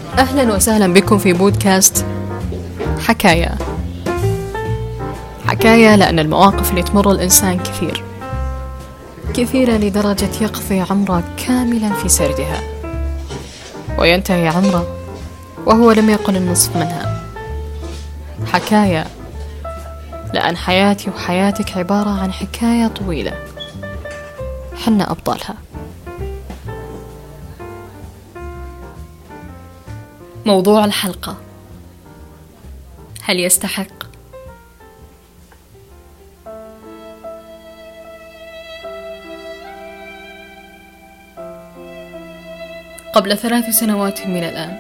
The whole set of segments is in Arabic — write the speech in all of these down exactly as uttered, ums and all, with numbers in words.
أهلا وسهلا بكم في بودكاست حكاية. حكاية لأن المواقف اللي تمر الإنسان كثير كثيرة لدرجة يقضي عمره كاملا في سردها، وينتهي عمره وهو لم يقل النصف منها. حكاية لأن حياتي وحياتك عبارة عن حكاية طويلة حنا أبطالها. موضوع الحلقة: هل يستحق؟ قبل ثلاث سنوات من الآن،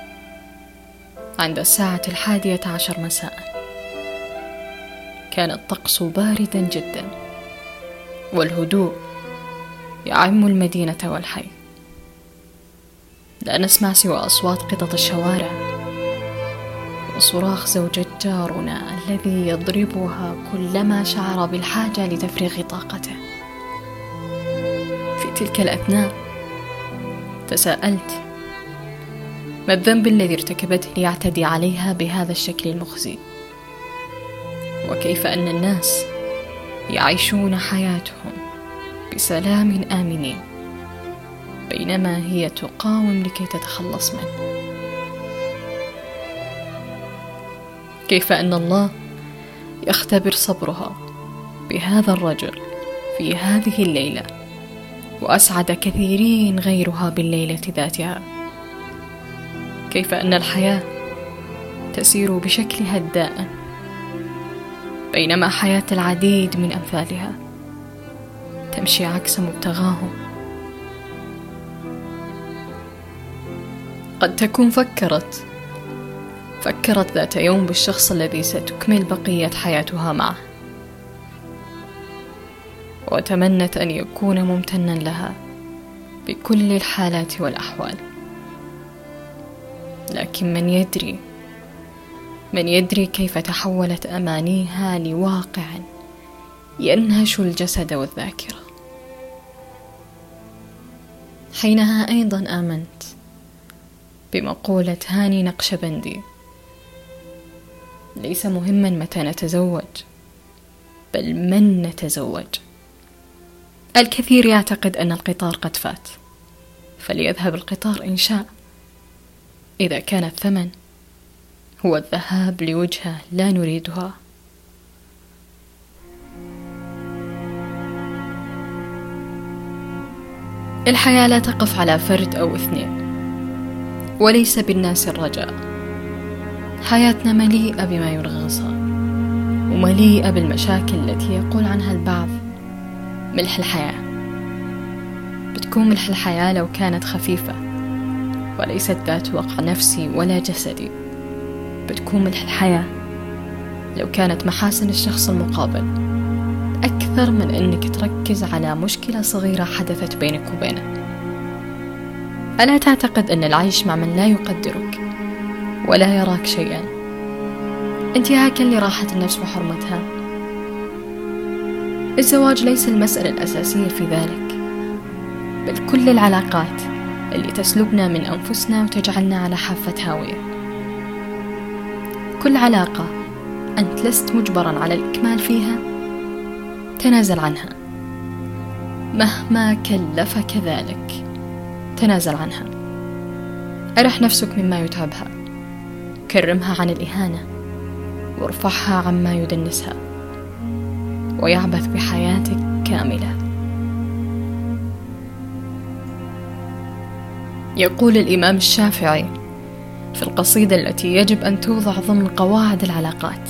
عند الساعة الحادية عشر مساء، كان الطقس باردا جدا والهدوء يعم المدينة والحي. لا نسمع سوى أصوات قطط الشوارع وصراخ زوجة جارنا الذي يضربها كلما شعر بالحاجة لتفريغ طاقته. في تلك الأثناء تساءلت: ما الذنب الذي ارتكبته ليعتدي عليها بهذا الشكل المخزي؟ وكيف أن الناس يعيشون حياتهم بسلام آمنين بينما هي تقاوم لكي تتخلص منه؟ كيف أن الله يختبر صبرها بهذا الرجل في هذه الليلة، وأسعد كثيرين غيرها بالليلة ذاتها؟ كيف أن الحياة تسير بشكلها الدائم بينما حياة العديد من أمثالها تمشي عكس مبتغاهم؟ قد تكون فكرت فكرت ذات يوم بالشخص الذي ستكمل بقية حياتها معه، وتمنت أن يكون ممتنا لها بكل الحالات والأحوال. لكن من يدري من يدري كيف تحولت أمانيها لواقع ينهش الجسد والذاكرة. حينها أيضا آمنت بمقولة هاني نقشبندي: ليس مهما متى نتزوج، بل من نتزوج. الكثير يعتقد أن القطار قد فات، فليذهب القطار إن شاء، إذا كان الثمن هو الذهاب لوجهة لا نريدها. الحياة لا تقف على فرد أو اثنين، وليس بالناس الرجاء. حياتنا مليئة بما يرغصها، ومليئة بالمشاكل التي يقول عنها البعض ملح الحياة. بتكون ملح الحياة لو كانت خفيفة وليست ذات وقع نفسي ولا جسدي. بتكون ملح الحياة لو كانت محاسن الشخص المقابل أكثر من أنك تركز على مشكلة صغيرة حدثت بينك وبينه. ألا تعتقد أن العيش مع من لا يقدرك ولا يراك شيئا انتهاكا لراحة النفس وحرمتها؟ الزواج ليس المسألة الأساسية في ذلك، بل كل العلاقات اللي تسلبنا من أنفسنا وتجعلنا على حافة هاوية. كل علاقة أنت لست مجبرا على الإكمال فيها، تنازل عنها مهما كلفك ذلك. تنازل عنها، أرح نفسك مما يتعبها، كرمها عن الإهانة، وارفعها عما يدنسها، ويعبث بحياتك كاملة. يقول الإمام الشافعي في القصيدة التي يجب أن توضع ضمن قواعد العلاقات: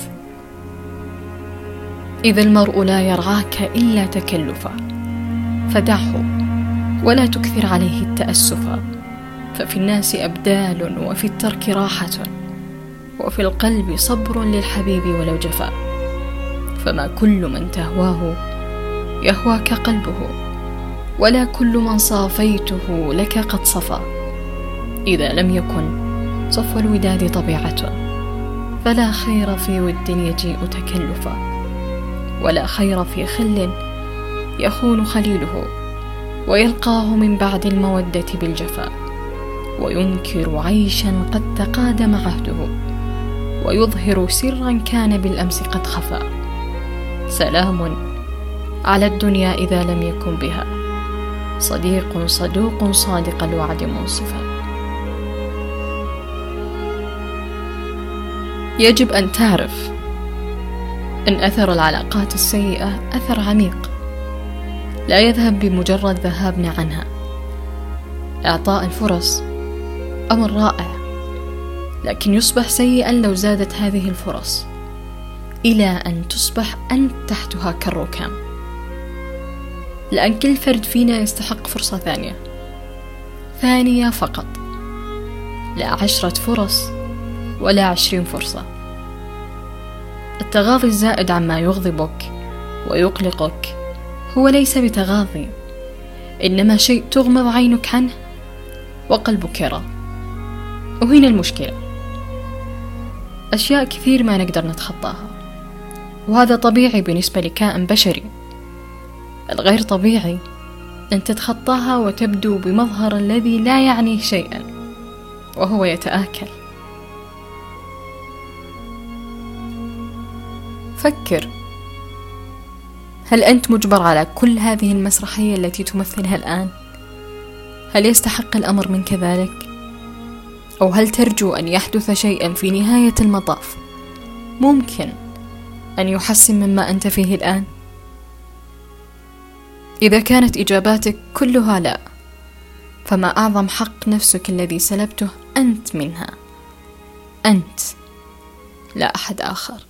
إذا المرء لا يرعاك إلا تكلفا فدعه ولا تكثر عليه التأسفا، ففي الناس أبدال وفي الترك راحة، وفي القلب صبر للحبيب ولو جفا، فما كل من تهواه يهواك قلبه، ولا كل من صافيته لك قد صفا. إذا لم يكن صفو الوداد طبيعة، فلا خير في ود يجيء تكلفا، ولا خير في خل يخون خليله ويلقاه من بعد المودة بالجفاء. وينكر عيشا قد تقادم عهده، ويظهر سرا كان بالأمس قد خفى. سلام على الدنيا إذا لم يكن بها صديق صدوق صادق الوعد منصفا. يجب أن تعرف أن أثر العلاقات السيئة أثر عميق لا يذهب بمجرد ذهابنا عنها. إعطاء الفرص أمر رائع، لكن يصبح سيئا لو زادت هذه الفرص إلى أن تصبح أنت تحتها كالركام، لأن كل فرد فينا يستحق فرصة ثانية ثانية فقط، لا عشرة فرص ولا عشرين فرصة. التغاضي الزائد عما يغضبك ويقلقك هو ليس بتغاضي، إنما شيء تغمض عينك عنه وقلبك يرى. وهنا المشكلة، أشياء كثير ما نقدر نتخطاها، وهذا طبيعي بالنسبة لكائن بشري. الغير طبيعي أن تتخطاها وتبدو بمظهر الذي لا يعني شيئا، وهو يتآكل. فكر، هل أنت مجبر على كل هذه المسرحية التي تمثلها الآن؟ هل يستحق الأمر منك ذلك؟ أو هل ترجو أن يحدث شيئا في نهاية المطاف ممكن أن يحسن مما أنت فيه الآن؟ إذا كانت إجاباتك كلها لا، فما أعظم حق نفسك الذي سلبته أنت منها، أنت لا أحد آخر.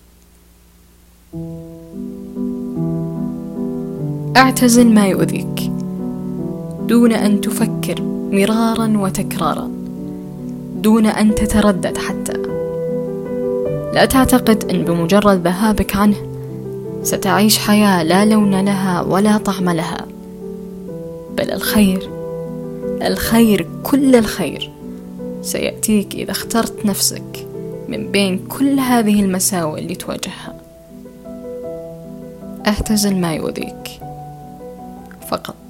اعتزل ما يؤذيك دون أن تفكر مرارا وتكرارا، دون أن تتردد حتى. لا تعتقد أن بمجرد ذهابك عنه ستعيش حياة لا لون لها ولا طعم لها، بل الخير الخير كل الخير سيأتيك إذا اخترت نفسك من بين كل هذه المساوئ اللي تواجهها. اعتزل ما يؤذيك فقط.